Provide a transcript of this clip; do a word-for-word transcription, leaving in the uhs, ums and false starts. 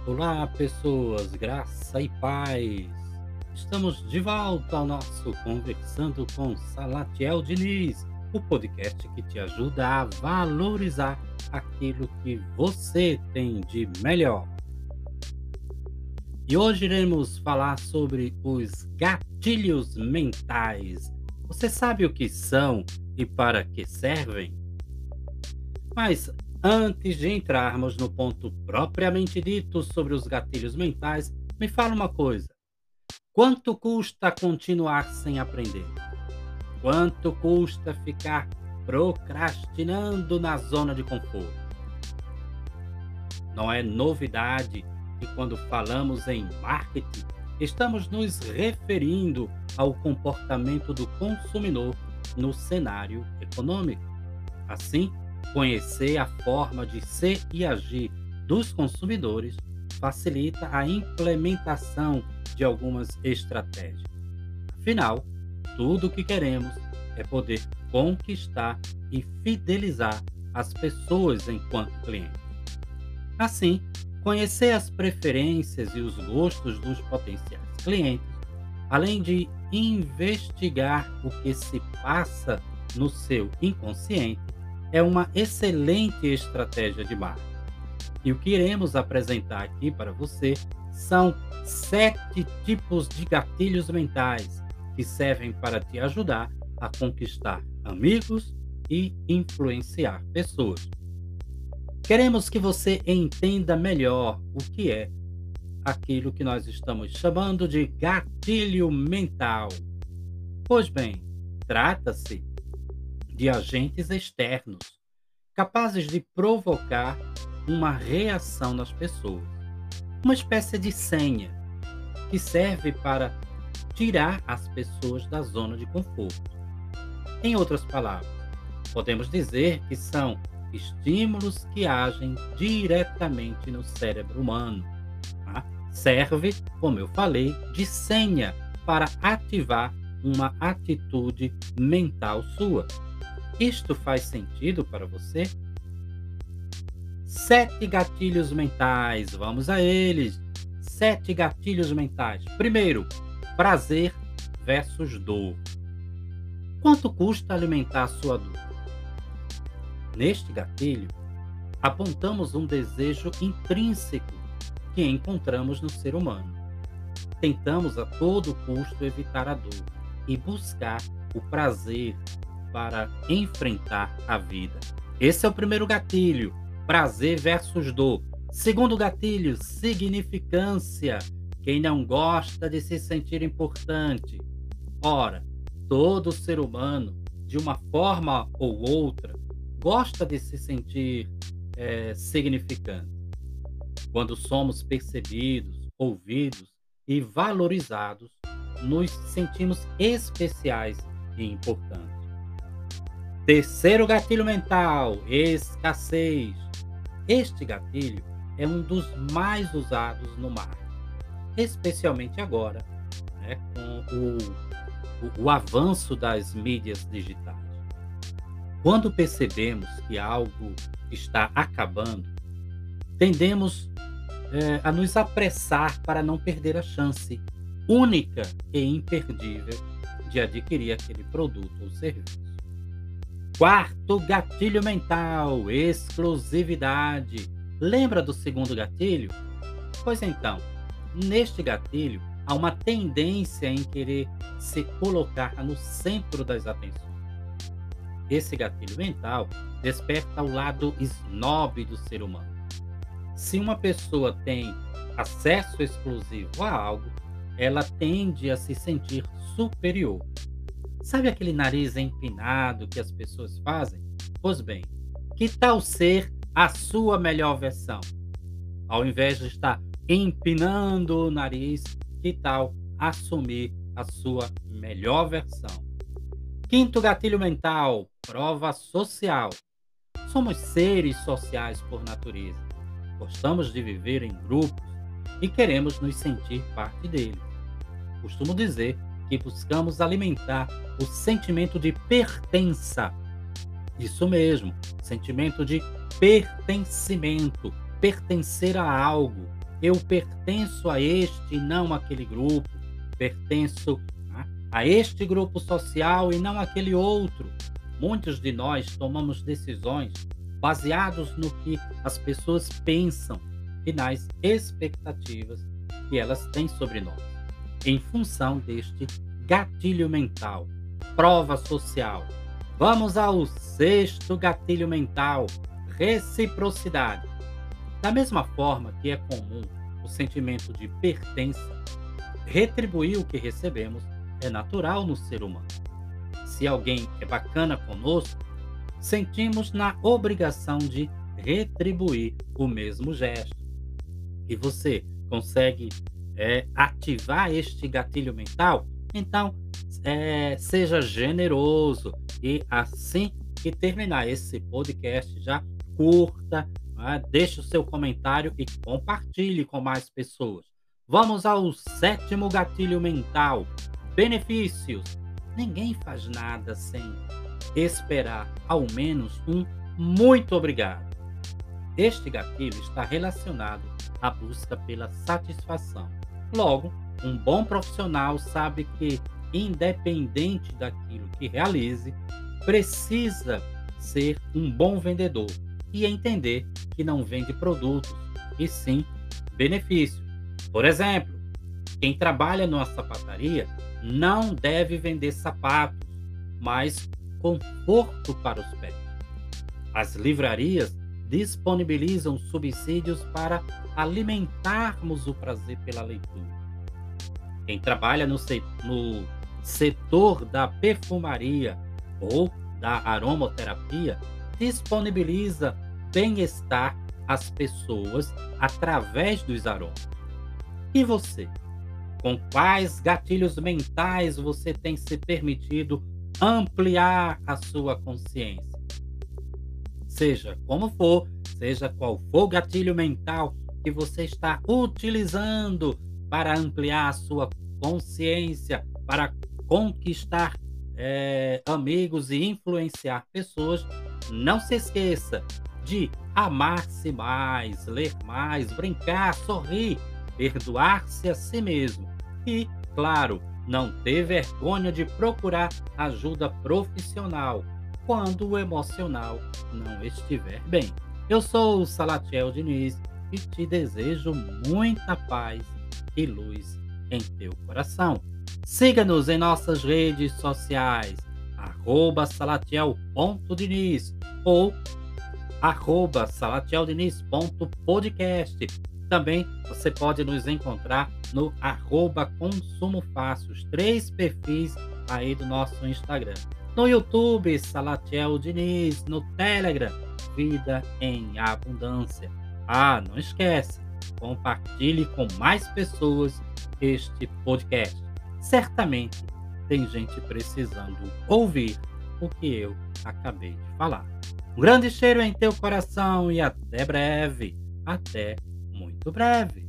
Olá, pessoas, graça e paz. Estamos de volta ao nosso Conversando com Salatiel Diniz, o podcast que te ajuda a valorizar aquilo que você tem de melhor. E hoje iremos falar sobre os gatilhos mentais. Você sabe o que são e para que servem? Mas antes de entrarmos no ponto propriamente dito sobre os gatilhos mentais, me fala uma coisa: quanto custa continuar sem aprender? Quanto custa ficar procrastinando na zona de conforto? Não é novidade que quando falamos em marketing, estamos nos referindo ao comportamento do consumidor no cenário econômico. Assim, conhecer a forma de ser e agir dos consumidores facilita a implementação de algumas estratégias. Afinal, tudo o que queremos é poder conquistar e fidelizar as pessoas enquanto clientes. Assim, conhecer as preferências e os gostos dos potenciais clientes, além de investigar o que se passa no seu inconsciente, é uma excelente estratégia de marketing. E o que iremos apresentar aqui para você são sete tipos de gatilhos mentais que servem para te ajudar a conquistar amigos e influenciar pessoas. Queremos que você entenda melhor o que é aquilo que nós estamos chamando de gatilho mental. Pois bem, trata-se de agentes externos, capazes de provocar uma reação nas pessoas. Uma espécie de senha que serve para tirar as pessoas da zona de conforto. Em outras palavras, podemos dizer que são estímulos que agem diretamente no cérebro humano. Tá? Serve, como eu falei, de senha para ativar uma atitude mental sua. Isto faz sentido para você? Sete gatilhos mentais, vamos a eles. Sete gatilhos mentais. Primeiro, prazer versus dor. Quanto custa alimentar a sua dor? Neste gatilho, apontamos um desejo intrínseco que encontramos no ser humano. Tentamos a todo custo evitar a dor e buscar o prazer para enfrentar a vida. Esse é o primeiro gatilho, prazer versus dor. Segundo gatilho, significância. Quem não gosta de se sentir importante? Ora, todo ser humano, de uma forma ou outra, gosta de se sentir é, significante. Quando somos percebidos, ouvidos e valorizados, nos sentimos especiais e importantes. Terceiro gatilho mental, escassez. Este gatilho é um dos mais usados no marketing, especialmente agora, né, com o, o, o avanço das mídias digitais. Quando percebemos que algo está acabando, tendemos é, a nos apressar para não perder a chance única e imperdível de adquirir aquele produto ou serviço. Quarto gatilho mental, exclusividade. Lembra do segundo gatilho? Pois então, neste gatilho há uma tendência em querer se colocar no centro das atenções. Esse gatilho mental desperta o lado snob do ser humano. Se uma pessoa tem acesso exclusivo a algo, ela tende a se sentir superior. Sabe aquele nariz empinado que as pessoas fazem? Pois bem, que tal ser a sua melhor versão? Ao invés de estar empinando o nariz, que tal assumir a sua melhor versão? Quinto gatilho mental, prova social. Somos seres sociais por natureza. Gostamos de viver em grupos e queremos nos sentir parte deles. Costumo dizer que buscamos alimentar o sentimento de pertença. Isso mesmo, sentimento de pertencimento, pertencer a algo, eu pertenço a este e não àquele grupo, pertenço a a este grupo social e não àquele outro. Muitos de nós tomamos decisões baseados no que as pessoas pensam e nas expectativas que elas têm sobre nós, em função deste gatilho mental, prova social. Vamos ao sexto gatilho mental: reciprocidade. Da mesma forma que é comum o sentimento de pertença, retribuir o que recebemos é natural no ser humano. Se alguém é bacana conosco, sentimos na obrigação de retribuir o mesmo gesto. E você consegue é, ativar este gatilho mental? Então, é, seja generoso e assim que terminar esse podcast, já curta, né, deixe o seu comentário e compartilhe com mais pessoas. Vamos ao sétimo gatilho mental: benefícios. Ninguém faz nada sem esperar ao menos um muito obrigado. Este gatilho está relacionado à busca pela satisfação. Logo, um bom profissional sabe que, independente daquilo que realize, precisa ser um bom vendedor e entender que não vende produtos, e sim benefícios. Por exemplo, quem trabalha numa sapataria não deve vender sapatos, mas conforto para os pés. As livrarias disponibilizam subsídios para alimentarmos o prazer pela leitura. Quem trabalha no, se- no setor da perfumaria ou da aromaterapia disponibiliza bem-estar às pessoas através dos aromas. E você? Com quais gatilhos mentais você tem se permitido ampliar a sua consciência? Seja como for, seja qual for o gatilho mental que você está utilizando para ampliar a sua consciência, para conquistar eh, amigos e influenciar pessoas, não se esqueça de amar-se mais, ler mais, brincar, sorrir, perdoar-se a si mesmo e, claro, não ter vergonha de procurar ajuda profissional quando o emocional não estiver bem. Eu sou o Salatiel Diniz e te desejo muita paz e luz em teu coração. Siga-nos em nossas redes sociais, arroba salatiel.diniz ou arroba salatiel.diniz.podcast. Também você pode nos encontrar no arroba Consumo Fácil, os três perfis aí do nosso Instagram. No YouTube, Salatiel Diniz, no Telegram, Vida em Abundância. Ah, não esquece, compartilhe com mais pessoas este podcast. Certamente tem gente precisando ouvir o que eu acabei de falar. Um grande cheiro em teu coração e até breve. Até muito breve.